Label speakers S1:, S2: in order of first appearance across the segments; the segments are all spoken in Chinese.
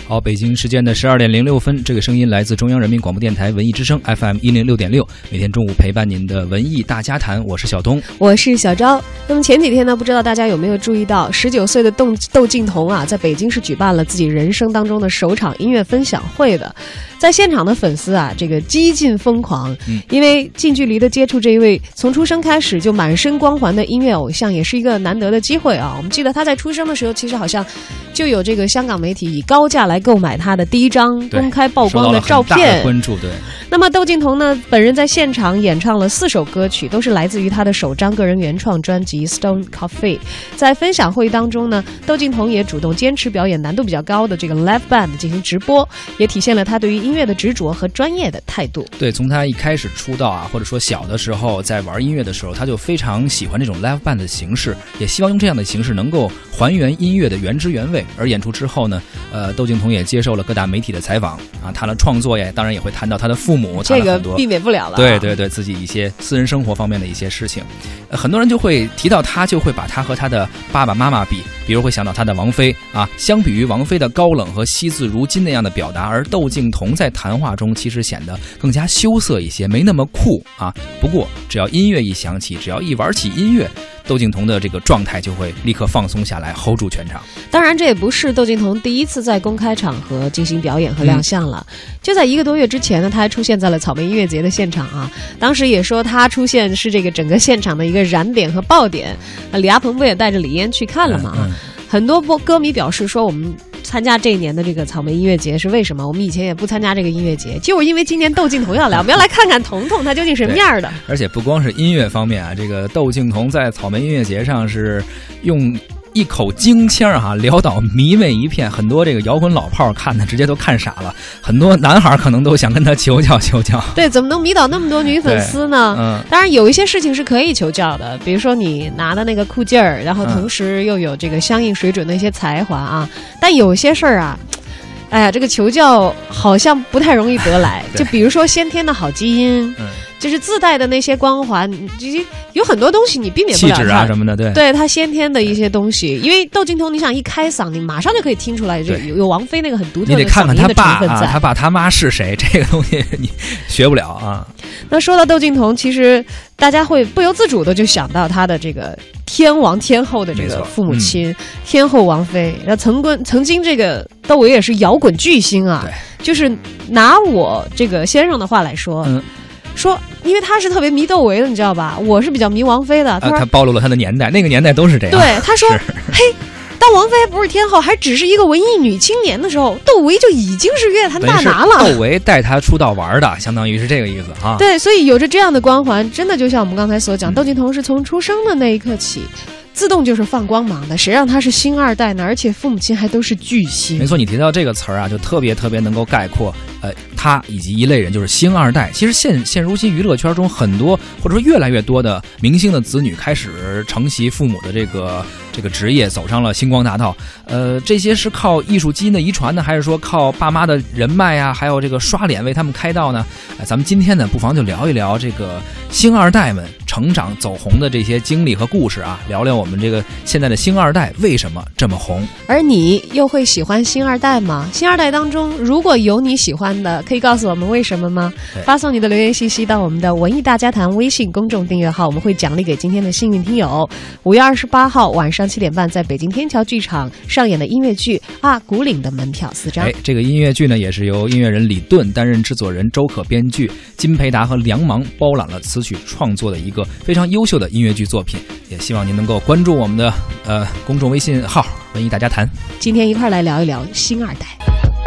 S1: 好，北京时间的12点06分，这个声音来自中央人民广播电台文艺之声 FM 106.6，每天中午陪伴您的文艺大家谈，我是小东，
S2: 我是小昭。那么前几天呢，不知道大家有没有注意到，19岁的窦靖童啊，在北京是举办了自己人生当中的首场音乐分享会的。在现场的粉丝啊，这个激进疯狂，因为近距离的接触这一位从出生开始就满身光环的音乐偶像，也是一个难得的机会啊。我们记得他在出生的时候，其实好像就有这个香港媒体以高价来购买他的第一张公开曝光的照片，
S1: 受到了很大的关注。对。
S2: 那么窦靖童呢，本人在现场演唱了4首歌曲，都是来自于他的首张个人原创专辑 Stone Coffee。在分享会当中呢，窦靖童也主动坚持表演难度比较高的这个 live band 进行直播，也体现了他对于音乐的执着和专业的态度。
S1: 对，从他一开始出道啊，或者说小的时候在玩音乐的时候，他就非常喜欢这种 live band 的形式，也希望用这样的形式能够还原音乐的原汁原味。而演出之后呢，窦靖童也接受了各大媒体的采访啊，他的创作当然也会谈到他的父母，
S2: 这个避免不了了。
S1: 对对对，自己一些私人生活方面的一些事情，很多人就会提到他，就会把他和他的爸爸妈妈比如会想到他的王菲啊。相比于王菲的高冷和惜字如金那样的表达，而窦靖童在谈话中其实显得更加羞涩一些，没那么酷啊。不过只要音乐一响起，只要一玩起音乐，窦靖童的这个状态就会立刻放松下来 ，hold 住全场。
S2: 当然，这也不是窦靖童第一次在公开场合进行表演和亮相了。就在1个多月之前呢，他还出现在了草莓音乐节的现场啊。当时也说他出现是这个整个现场的一个燃点和爆点。李亚鹏不也带着李嫣去看了吗？很多歌迷表示说，我们参加这一年的这个草莓音乐节是为什么？我们以前也不参加这个音乐节，就是因为今年窦靖童要来，我们要来看看童童他究竟什么样的。
S1: 而且不光是音乐方面啊，这个窦靖童在草莓音乐节上是用一口京腔潦倒迷妹一片，很多这个摇滚老炮看的直接都看傻了，很多男孩可能都想跟他求教。
S2: 对，怎么能迷倒那么多女粉丝呢？当然有一些事情是可以求教的，比如说你拿的那个酷劲儿，然后同时又有这个相应水准的一些才华啊。但有些事儿啊，哎呀，这个求教好像不太容易得来。就比如说先天的好基因。就是自带的那些光环，有很多东西你避免不了它，
S1: 气质啊什么的，
S2: 对他先天的一些东西。因为窦靖童，你想一开嗓，你马上就可以听出来，有王菲那个很独特的嗓音的成分在。
S1: 他爸他妈是谁？这个东西你学不了啊。
S2: 那说到窦靖童，其实大家会不由自主的就想到他的这个天王天后的这个父母亲，天后王菲。那曾经这个窦唯也是摇滚巨星啊，就是拿我这个先生的话来说。说，因为他是特别迷窦唯的，你知道吧？我是比较迷王菲的。
S1: 他暴露了他的年代，那个年代都是这样。
S2: 对，他说，嘿，当王菲还不是天后，还只是一个文艺女青年的时候，窦唯就已经是乐坛大拿了。
S1: 窦唯带他出道玩的，相当于是这个意思啊。
S2: 对，所以有着这样的光环，真的就像我们刚才所讲，窦靖童是从出生的那一刻起。自动就是放光芒的，谁让他是星二代呢？而且父母亲还都是巨星。
S1: 没错，你提到这个词儿啊，就特别能够概括他以及一类人，就是星二代。其实现如今娱乐圈中很多或者说越来越多的明星的子女开始承袭父母的这个职业，走上了星光大道。这些是靠艺术基因的遗传呢，还是说靠爸妈的人脉啊，还有这个刷脸为他们开道呢？咱们今天呢，不妨就聊一聊这个星二代们成长走红的这些经历和故事啊，聊聊我们这个现在的星二代为什么这么红。
S2: 而你又会喜欢星二代吗？星二代当中如果有你喜欢的，可以告诉我们为什么吗？发送你的留言信息到我们的文艺大家谈微信公众订阅号，我们会奖励给今天的幸运听友。5月28号晚上7点半，在北京天桥剧场上演的音乐剧《阿古岭》的门票4张。
S1: 这个音乐剧呢，也是由音乐人李顿担任制作人，周可编剧，金培达和梁芒包揽了词曲创作的一个非常优秀的音乐剧作品。也希望您能够关注我们的公众微信号文艺大家谈，
S2: 今天一块来聊一聊星二代。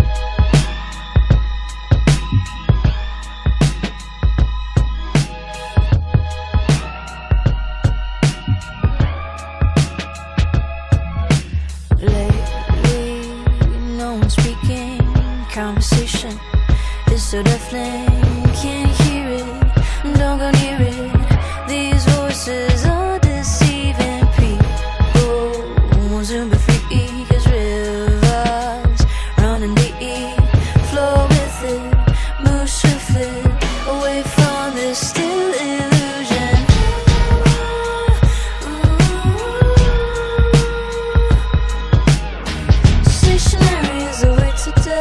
S3: Conversation is so deafening, can't hear it, don't go near it. These voices are deceiving people. Want to be free, 'cause rivers running deep, flow with it, move swiftly away from this still illusion. Stationary is the way to die.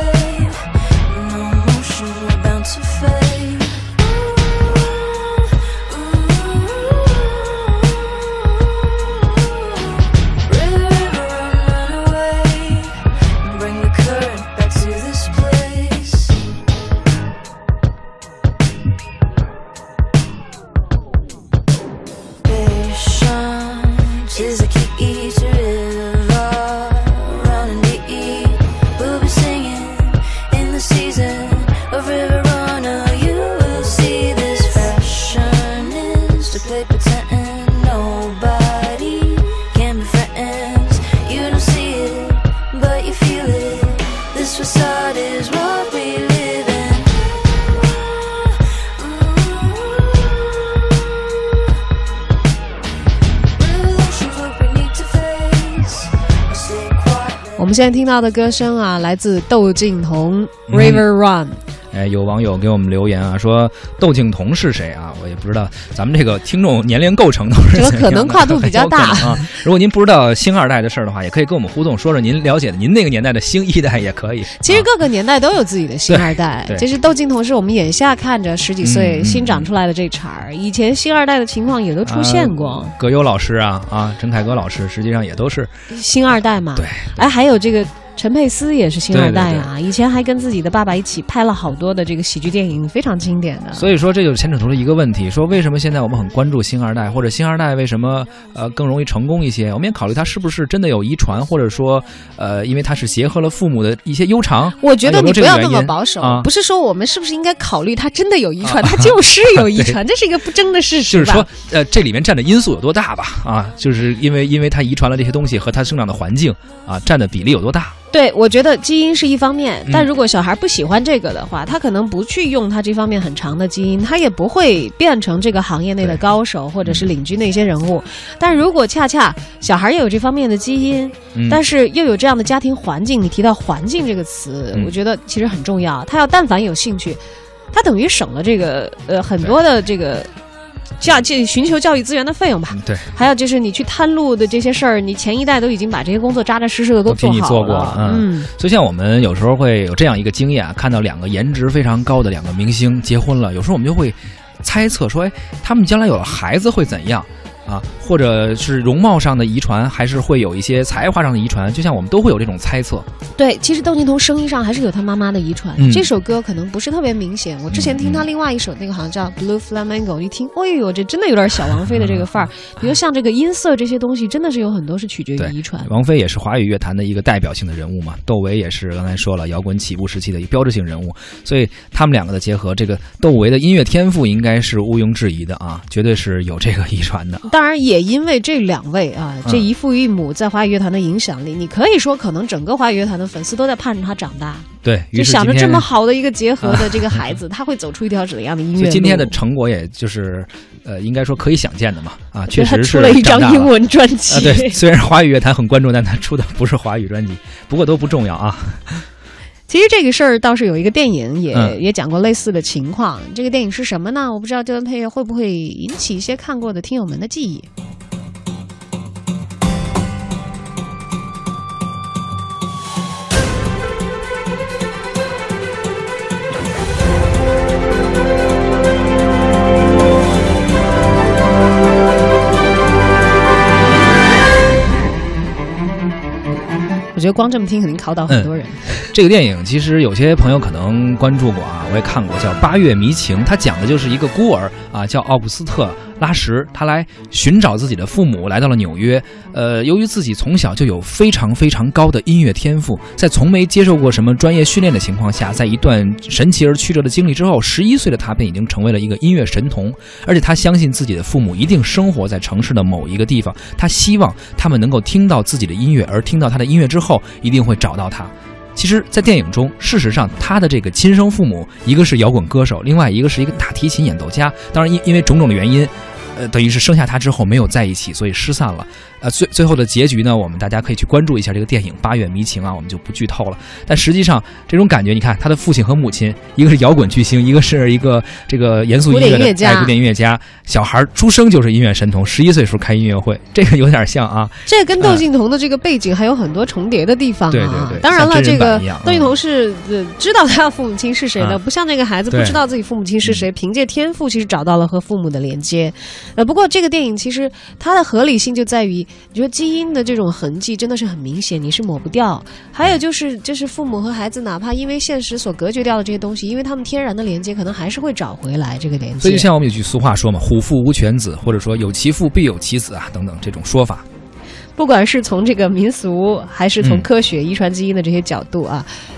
S3: facade is what we live in. Revolution's what we need to face. I stay quiet.
S2: 我们现在听到的歌声啊，来自窦靖童，River Run。
S1: 有网友给我们留言啊，说窦靖童是谁啊？我也不知道，咱们这个听众年龄构成都是
S2: 这个可能跨度比较大
S1: 啊。如果您不知道星二代的事儿的话，也可以跟我们互动，说说您了解的您那个年代的星一代也可以。
S2: 其实各个年代都有自己的星二代，其实窦靖童是我们眼下看着十几岁新长出来的这茬儿，以前星二代的情况也都出现过。
S1: 葛优老师陈凯歌老师实际上也都是
S2: 星二代嘛。
S1: 对，
S2: 哎，还有这个陈佩斯也是星二代啊，
S1: 对，
S2: 以前还跟自己的爸爸一起拍了好多的这个喜剧电影，非常经典的。
S1: 所以说这就牵扯出了一个问题，说为什么现在我们很关注星二代，或者星二代为什么更容易成功一些？我们也考虑他是不是真的有遗传，或者说因为他是结合了父母的一些悠长。
S2: 我觉得你不要那么保守，不是说我们是不是应该考虑他真的有遗传，他就是有遗传，这是一个不争的事实吧。
S1: 就是说这里面占的因素有多大吧？就是因为他遗传了这些东西和他生长的环境占的比例有多大？
S2: 对，我觉得基因是一方面，但如果小孩不喜欢这个的话，他可能不去用他这方面很长的基因，他也不会变成这个行业内的高手或者是领军的一些人物。但如果恰恰小孩又有这方面的基因，但是又有这样的家庭环境，你提到环境这个词，我觉得其实很重要。他要但凡有兴趣，他等于省了这个很多的这个寻求教育资源的费用吧。
S1: 对，
S2: 还有就是你去探路的这些事儿，你前一代都已经把这些工作扎扎实实的都做好了。
S1: 替你做过了。就像我们有时候会有这样一个经验看到两个颜值非常高的两个明星结婚了，有时候我们就会猜测说，他们将来有了孩子会怎样？或者是容貌上的遗传，还是会有一些才华上的遗传，就像我们都会有这种猜测。
S2: 对，其实窦靖童声音上还是有他妈妈的遗传。这首歌可能不是特别明显，我之前听他另外一首那个好像叫 Blue Flamingo， 一听，哎呦，这真的有点小王菲的这个范儿。比如像这个音色这些东西，真的是有很多是取决于遗传。
S1: 王菲也是华语乐坛的一个代表性的人物嘛，窦唯也是刚才说了摇滚起步时期的一个标志性人物，所以他们两个的结合，这个窦唯的音乐天赋应该是毋庸置疑的绝对是有这个遗传的。
S2: 当然也因为这两位这一父一母在华语乐坛的影响力，你可以说可能整个华语乐坛的粉丝都在盼着他长大。
S1: 对，
S2: 就想着这么好的一个结合的这个孩子，他会走出一条怎样的音乐路？
S1: 所以今天的成果也就是应该说可以想见的嘛确实是
S2: 他出了一张英文专辑。
S1: 对，虽然华语乐坛很关注，但他出的不是华语专辑，不过都不重要
S2: 其实这个事儿倒是有一个电影也讲过类似的情况。这个电影是什么呢？我不知道这段配乐会不会引起一些看过的听友们的记忆。我觉得光这么听肯定考倒很多人。
S1: 这个电影其实有些朋友可能关注过我也看过，叫《八月迷情》，它讲的就是一个孤儿叫奥古斯特拉什，他来寻找自己的父母，来到了纽约。由于自己从小就有非常非常高的音乐天赋，在从没接受过什么专业训练的情况下，在一段神奇而曲折的经历之后，11岁的他便已经成为了一个音乐神童。而且他相信自己的父母一定生活在城市的某一个地方，他希望他们能够听到自己的音乐，而听到他的音乐之后一定会找到他。其实在电影中，事实上他的这个亲生父母，一个是摇滚歌手，另外一个是一个大提琴演奏家。当然因为种种的原因等于是生下他之后没有在一起，所以失散了。最后的结局呢，我们大家可以去关注一下这个电影《八月迷情》我们就不剧透了。但实际上这种感觉，你看他的父亲和母亲，一个是摇滚巨星，一个是一个这个严肃音乐的古典音乐家，小孩出生就是音乐神童，11岁时候开音乐会，这个有点像
S2: 这跟窦靖童的这个背景还有很多重叠的地方
S1: 对对对，
S2: 当然了，这个窦靖童是知道他的父母亲是谁的，不像那个孩子不知道自己父母亲是谁，凭借天赋其实找到了和父母的连接。不过这个电影其实它的合理性就在于，你觉得基因的这种痕迹真的是很明显，你是抹不掉。还有就是父母和孩子，哪怕因为现实所隔绝掉的这些东西，因为他们天然的连接，可能还是会找回来这个连接。
S1: 所以就像我们有句俗话说嘛，虎父无犬子，或者说有其父必有其子等等这种说法。
S2: 不管是从这个民俗还是从科学遗传基因的这些角度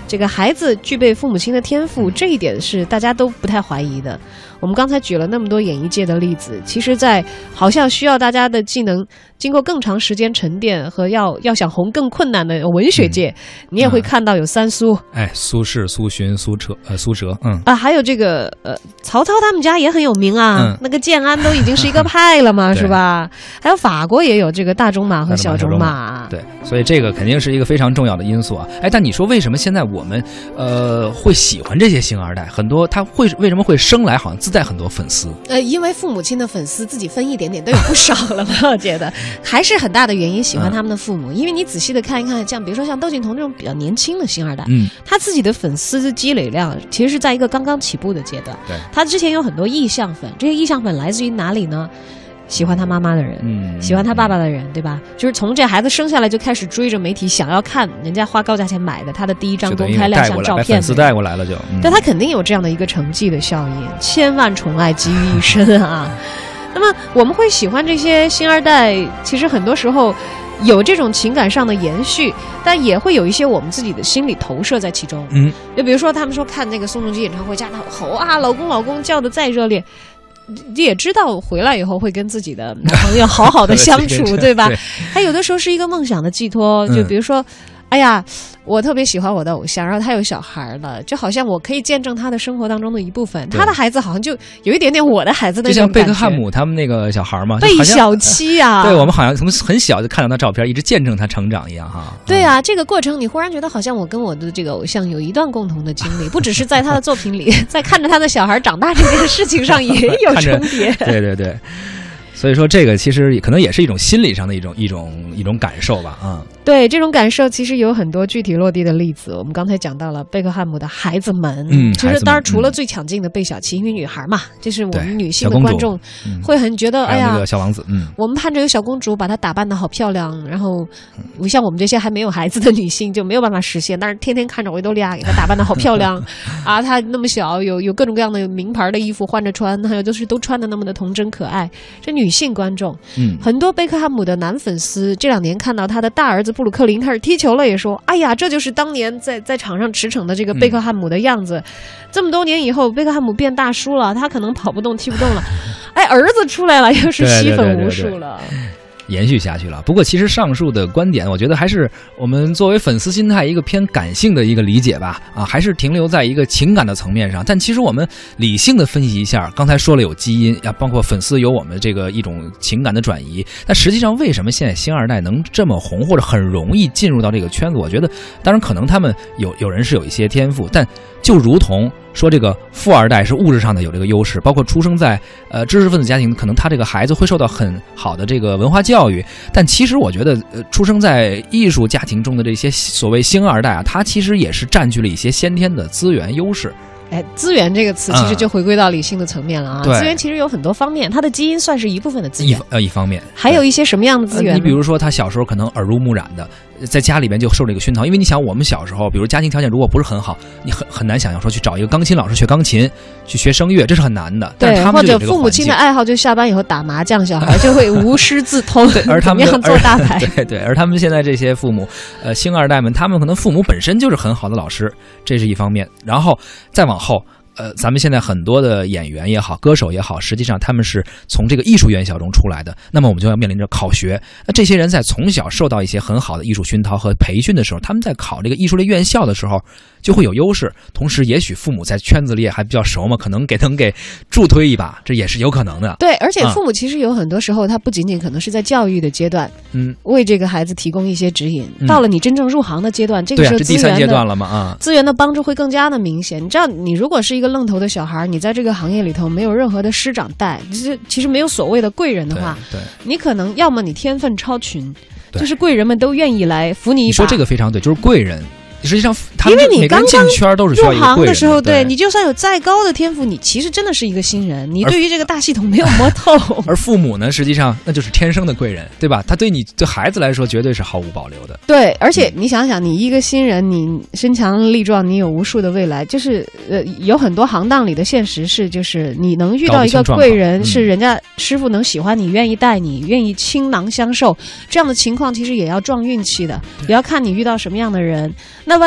S2: 这个孩子具备父母亲的天赋，这一点是大家都不太怀疑的。我们刚才举了那么多演艺界的例子，其实在好像需要大家的技能经过更长时间沉淀和要想红更困难的文学界，你也会看到有三苏，
S1: 苏轼、苏洵、苏辙，
S2: 还有这个曹操他们家也很有名啊，那个建安都已经是一个派了嘛，是吧？还有法国也有这个大仲马和小仲马，
S1: 对，所以这个肯定是一个非常重要的因素啊。但你说为什么现在我们会喜欢这些星二代？很多他为什么会生来好像自带很多粉丝？
S2: 因为父母亲的粉丝自己分一点点都有不少了嘛，我觉得还是很大的原因喜欢他们的父母。因为你仔细的看一看，像比如说像窦靖童这种比较年轻的星二代，他自己的粉丝积累量其实是在一个刚刚起步的阶段。
S1: 对，
S2: 他之前有很多意向粉，这些意向粉来自于哪里呢？喜欢他妈妈的人，喜欢他爸爸的人，对吧？就是从这孩子生下来就开始追着媒体，想要看人家花高价钱买的他的第一张公开亮相照片，
S1: 粉丝带过来了就，
S2: 对，他肯定有这样的一个承继的效应，千万宠爱集于一身啊。那么我们会喜欢这些星二代，其实很多时候有这种情感上的延续，但也会有一些我们自己的心理投射在其中。就比如说他们说看那个宋仲基演唱会，家里吼啊，老公老公叫的再热烈，也知道回来以后会跟自己的男朋友好好的相处，对吧？他有的时候是一个梦想的寄托，就比如说，哎呀，我特别喜欢我的偶像，然后他有小孩了，就好像我可以见证他的生活当中的一部分，他的孩子好像就有一点点我的孩子的那种感觉，
S1: 就像贝克汉姆他们那个小孩嘛，
S2: 贝小七啊，
S1: 对，我们好像从很小就看到他照片，一直见证他成长一样哈。
S2: 对啊，这个过程你忽然觉得好像我跟我的这个偶像有一段共同的经历，不只是在他的作品里，在看着他的小孩长大这件事情上也有重叠。
S1: 对对对。所以说，这个其实可能也是一种心理上的一种感受吧，啊。
S2: 对，这种感受其实有很多具体落地的例子。我们刚才讲到了贝克汉姆的孩子们，其实当然除了最抢镜的贝小七，因为女孩嘛，这是我们女性的观众会很觉得，哎呀，
S1: 那个小王子，
S2: 我们盼着有小公主把她打扮得好漂亮，然后像我们这些还没有孩子的女性就没有办法实现，但是天天看着维多利亚给她打扮得好漂亮啊，她那么小，有各种各样的名牌的衣服换着穿，还有就是都穿得那么的童真可爱，这女性观众，很多贝克汉姆的男粉丝这2年看到他的大儿子布鲁克林开始踢球了，也说，哎呀，这就是当年在场上驰骋的这个贝克汉姆的样子。这么多年以后，贝克汉姆变大叔了，他可能跑不动踢不动了，哎，儿子出来了，又是吸粉无数了。对对对对对，
S1: 延续下去了。不过其实上述的观点，我觉得还是我们作为粉丝心态一个偏感性的一个理解吧，还是停留在一个情感的层面上。但其实我们理性的分析一下，刚才说了有基因，包括粉丝有我们这个一种情感的转移。但实际上为什么现在星二代能这么红，或者很容易进入到这个圈子？我觉得当然可能他们有人是有一些天赋，但就如同说这个富二代是物质上的有这个优势，包括出生在知识分子家庭，可能他这个孩子会受到很好的这个文化教育。但其实我觉得出生在艺术家庭中的这些所谓星二代啊，他其实也是占据了一些先天的资源优势。
S2: 资源这个词其实就回归到理性的层面了啊。资源其实有很多方面，它的基因算是一部分的资源，
S1: 一方面，
S2: 还有一些什么样的资源？
S1: 你比如说他小时候可能耳濡目染的，在家里边就受这个熏陶。因为你想，我们小时候，比如家庭条件如果不是很好，你很难想象说去找一个钢琴老师学钢琴，去学声乐，这是很难的。但是他们
S2: 或者父母亲的爱好就下班以后打麻将，小孩就会无师自通，
S1: 而他们
S2: 怎么样做大牌？
S1: 对，而他们现在这些父母，星二代们，他们可能父母本身就是很好的老师，这是一方面。然后再往后。咱们现在很多的演员也好，歌手也好，实际上他们是从这个艺术院校中出来的。那么我们就要面临着考学。那这些人在从小受到一些很好的艺术熏陶和培训的时候，他们在考这个艺术类院校的时候就会有优势。同时，也许父母在圈子里也还比较熟嘛，可能给助推一把，这也是有可能的。
S2: 对，而且父母其实有很多时候，他不仅仅可能是在教育的阶段，为这个孩子提供一些指引。到了你真正入行的阶段，这个时候
S1: 这第3阶段了嘛
S2: 资源的帮助会更加的明显。你知道，你如果是一个愣头的小孩，你在这个行业里头没有任何的师长带，其实没有所谓的贵人的话，
S1: 对，
S2: 你可能要么你天分超群，就是贵人们都愿意来扶你一把。
S1: 你说这个非常对，就是贵人。实际上，
S2: 因为你刚刚入行的时候，
S1: 对
S2: 你就算有再高的天赋，你其实真的是一个新人，你对于这个大系统没有摸透。
S1: 而父母呢，实际上那就是天生的贵人，对吧？他对孩子来说绝对是毫无保留的。
S2: 对，而且你想想，你一个新人，你身强力壮，你有无数的未来，就是有很多行当里的现实是，就是你能遇到一个贵人，是人家师傅能喜欢你，愿意带你，愿意倾囊相授，这样的情况其实也要撞运气的，也要看你遇到什么样的人。那万一遇到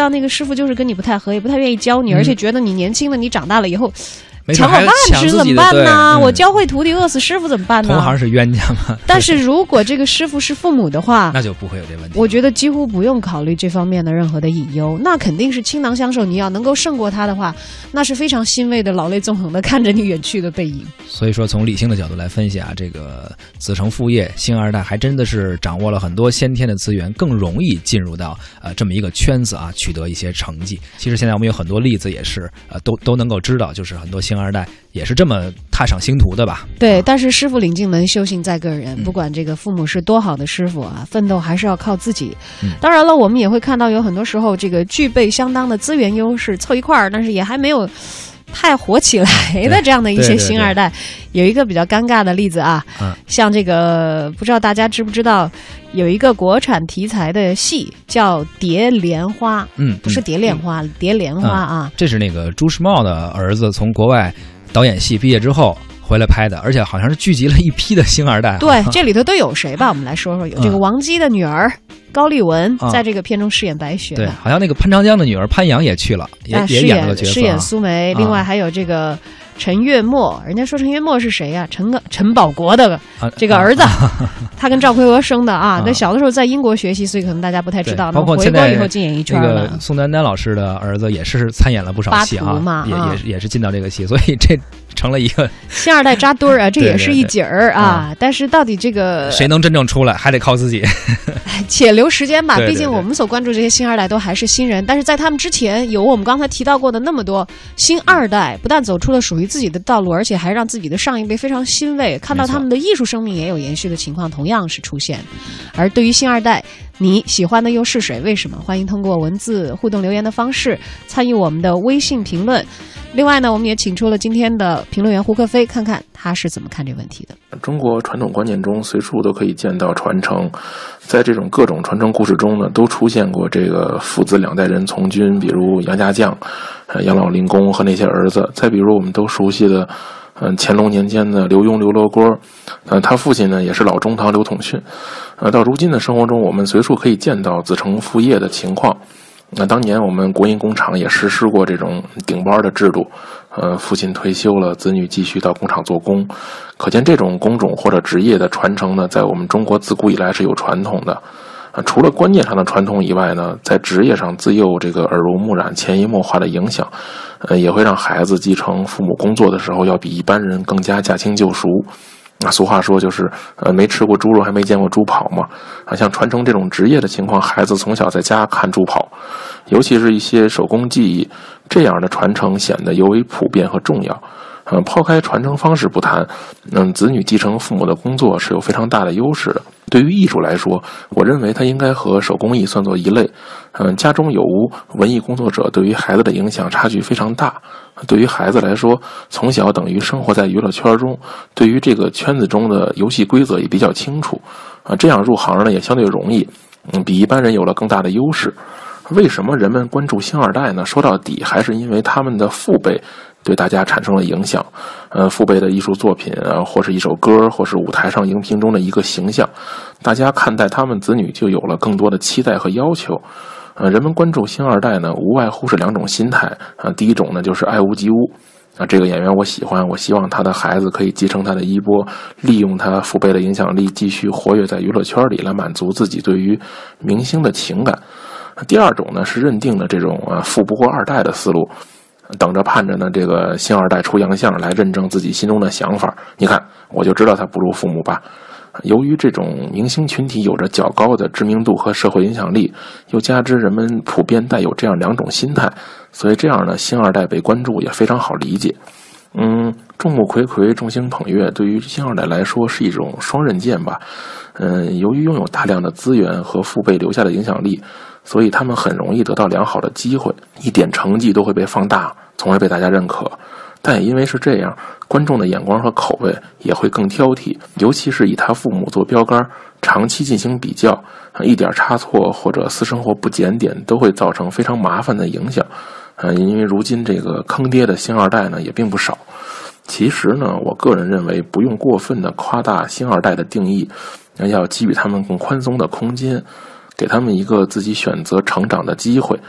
S2: 道那个师傅就是跟你不太合，也不太愿意教你，而且觉得你年轻的，你长大了以后。抢我饭吃怎么办呢？我教会徒弟饿死师傅怎么办呢？
S1: 同行是冤家嘛。
S2: 但是如果这个师傅是父母的话，
S1: 那就不会有这问题。
S2: 我觉得几乎不用考虑这方面的任何的隐忧，那肯定是倾囊相授。你要能够胜过他的话，那是非常欣慰的，老泪纵横的看着你远去的背影。
S1: 所以说，从理性的角度来分析啊，这个子承父业、星二代还真的是掌握了很多先天的资源，更容易进入到这么一个圈子啊，取得一些成绩。其实现在我们有很多例子也是都能够知道，就是很多星二代也是这么踏上星途的吧？
S2: 对，但是师傅领进门，修行在个人。不管这个父母是多好的师傅啊，奋斗还是要靠自己。当然了，我们也会看到有很多时候，这个具备相当的资源优势凑一块儿，但是也还没有太火起来的这样的一些星二代。有一个比较尴尬的例子啊，像这个不知道大家知不知道，有一个国产题材的戏叫《蝶莲花》，不是蝶恋花，蝶莲花啊。
S1: 这是那个朱时茂的儿子从国外导演系毕业之后回来拍的，而且好像是聚集了一批的星二代。
S2: 对，这里头都有谁吧？我们来说说，有这个王姬的女儿高丽文，在这个片中饰演白雪。
S1: 对，好像那个潘长江的女儿潘阳也去了，也演了个角色，
S2: 饰演苏梅。另外还有这个陈月墨，人家说陈月墨是谁呀？陈宝国的这个儿子，他跟赵奎娥生的啊。那小的时候在英国学习，所以可能大家不太知道。
S1: 包括
S2: 回国以后进演艺圈了。
S1: 那个宋丹丹老师的儿子也是参演了不少戏啊，也是进到这个戏，所以这成了一个
S2: 星二代扎堆儿啊，这也是一景儿啊。但是到底这个
S1: 谁能真正出来，还得靠自己。
S2: 且留时间吧，毕竟我们所关注这些星二代都还是新人，但是在他们之前，有我们刚才提到过的那么多星二代，不但走出了属于自己的道路，而且还让自己的上一辈非常欣慰，看到他们的艺术生命也有延续的情况，同样是出现。而对于星二代，你喜欢的又是谁？为什么？欢迎通过文字互动留言的方式参与我们的微信评论。另外呢，我们也请出了今天的评论员胡克飞，看看他是怎么看这问题的。
S4: 中国传统观念中随处都可以见到传承，在这种各种传承故事中呢，都出现过这个父子两代人从军，比如杨家将、杨老令公和那些儿子。再比如我们都熟悉的乾隆年间的刘墉刘罗锅，他父亲呢也是老中堂刘统训。到如今的生活中，我们随处可以见到子承父业的情况。当年我们国营工厂也实施过这种顶班的制度，父亲退休了，子女继续到工厂做工。可见这种工种或者职业的传承呢，在我们中国自古以来是有传统的。除了观念上的传统以外呢，在职业上自幼这个耳濡目染、潜移默化的影响，也会让孩子继承父母工作的时候要比一般人更加驾轻就熟。俗话说就是没吃过猪肉还没见过猪跑嘛。像传承这种职业的情况，孩子从小在家看猪跑，尤其是一些手工技艺，这样的传承显得尤为普遍和重要。抛开传承方式不谈，子女继承父母的工作是有非常大的优势的。对于艺术来说，我认为它应该和手工艺算作一类。家中有无文艺工作者对于孩子的影响差距非常大。对于孩子来说，从小等于生活在娱乐圈中，对于这个圈子中的游戏规则也比较清楚。这样入行呢也相对容易，比一般人有了更大的优势。为什么人们关注星二代呢？说到底还是因为他们的父辈对大家产生了影响。父辈的艺术作品或是一首歌，或是舞台上荧屏中的一个形象，大家看待他们子女就有了更多的期待和要求。人们关注星二代呢，无外乎是两种心态。第一种呢就是爱屋及乌。这个演员我喜欢，我希望他的孩子可以继承他的衣钵，利用他父辈的影响力，继续活跃在娱乐圈里，来满足自己对于明星的情感。第二种呢是认定的这种富不过二代的思路，等着盼着呢这个星二代出洋相来认证自己心中的想法。你看，我就知道他不如父母吧。由于这种明星群体有着较高的知名度和社会影响力，又加之人们普遍带有这样两种心态，所以这样呢，星二代被关注也非常好理解。众目睽睽，众星捧月，对于星二代来说是一种双刃剑吧。由于拥有大量的资源和父辈留下的影响力，所以他们很容易得到良好的机会，一点成绩都会被放大，从而被大家认可。但也因为是这样，观众的眼光和口味也会更挑剔，尤其是以他父母做标杆，长期进行比较，一点差错或者私生活不检点都会造成非常麻烦的影响。因为如今这个坑爹的星二代呢也并不少。其实呢，我个人认为不用过分的夸大星二代的定义，要给予他们更宽松的空间，给他们一个自己选择成长的机会。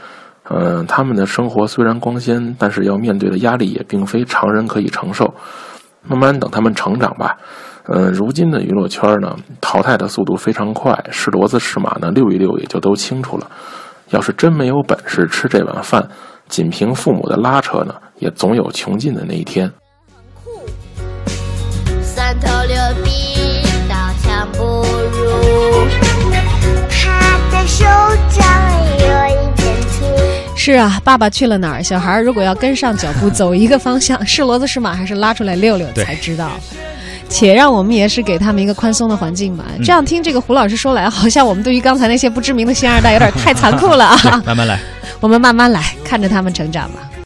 S4: 他们的生活虽然光鲜，但是要面对的压力也并非常人可以承受。慢慢等他们成长吧。如今的娱乐圈呢，淘汰的速度非常快，是骡子是马呢，溜一溜也就都清楚了。要是真没有本事吃这碗饭，仅凭父母的拉扯呢，也总有穷尽的那一天。
S5: 三头六臂，刀枪不入，他的手掌有一点粗。
S2: 是啊，爸爸去了哪儿？小孩如果要跟上脚步，走一个方向，是骡子是马，还是拉出来溜溜才知道。且让我们也是给他们一个宽松的环境吧。这样听这个胡老师说来，好像我们对于刚才那些不知名的星二代有点太残酷了啊。
S1: 慢慢来，
S2: 我们慢慢来，看着他们成长吧。